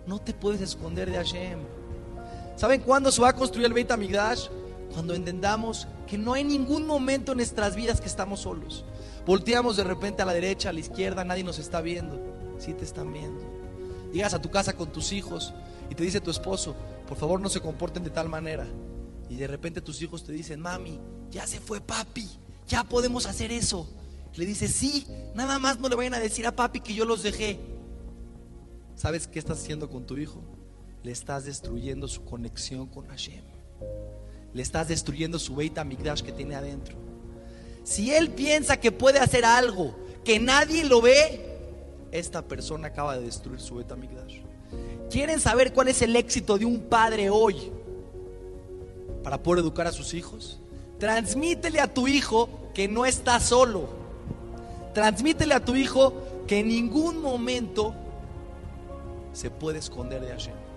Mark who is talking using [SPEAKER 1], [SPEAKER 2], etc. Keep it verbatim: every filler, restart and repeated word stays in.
[SPEAKER 1] No te puedes esconder de Hashem. ¿Saben cuándo se va a construir el Beit HaMikdash? Cuando entendamos que no hay ningún momento en nuestras vidas que estamos solos. Volteamos de repente a la derecha, a la izquierda, nadie nos está viendo. Sí te están viendo. Llegas a tu casa con tus hijos y te dice tu esposo: por favor, no se comporten de tal manera. Y de repente tus hijos te dicen: mami, ya se fue papi, ya podemos hacer eso. Y le dices: sí, nada más no le vayan a decir a papi que yo los dejé. ¿Sabes qué estás haciendo con tu hijo? Le estás destruyendo su conexión con Hashem. Le estás destruyendo su Beit HaMikdash que tiene adentro. Si él piensa que puede hacer algo que nadie lo ve, esta persona acaba de destruir su Beit HaMikdash. ¿Quieren saber cuál es el éxito de un padre hoy para poder educar a sus hijos? Transmítele a tu hijo que no está solo. Transmítele a tu hijo que en ningún momento se puede esconder de Hashem.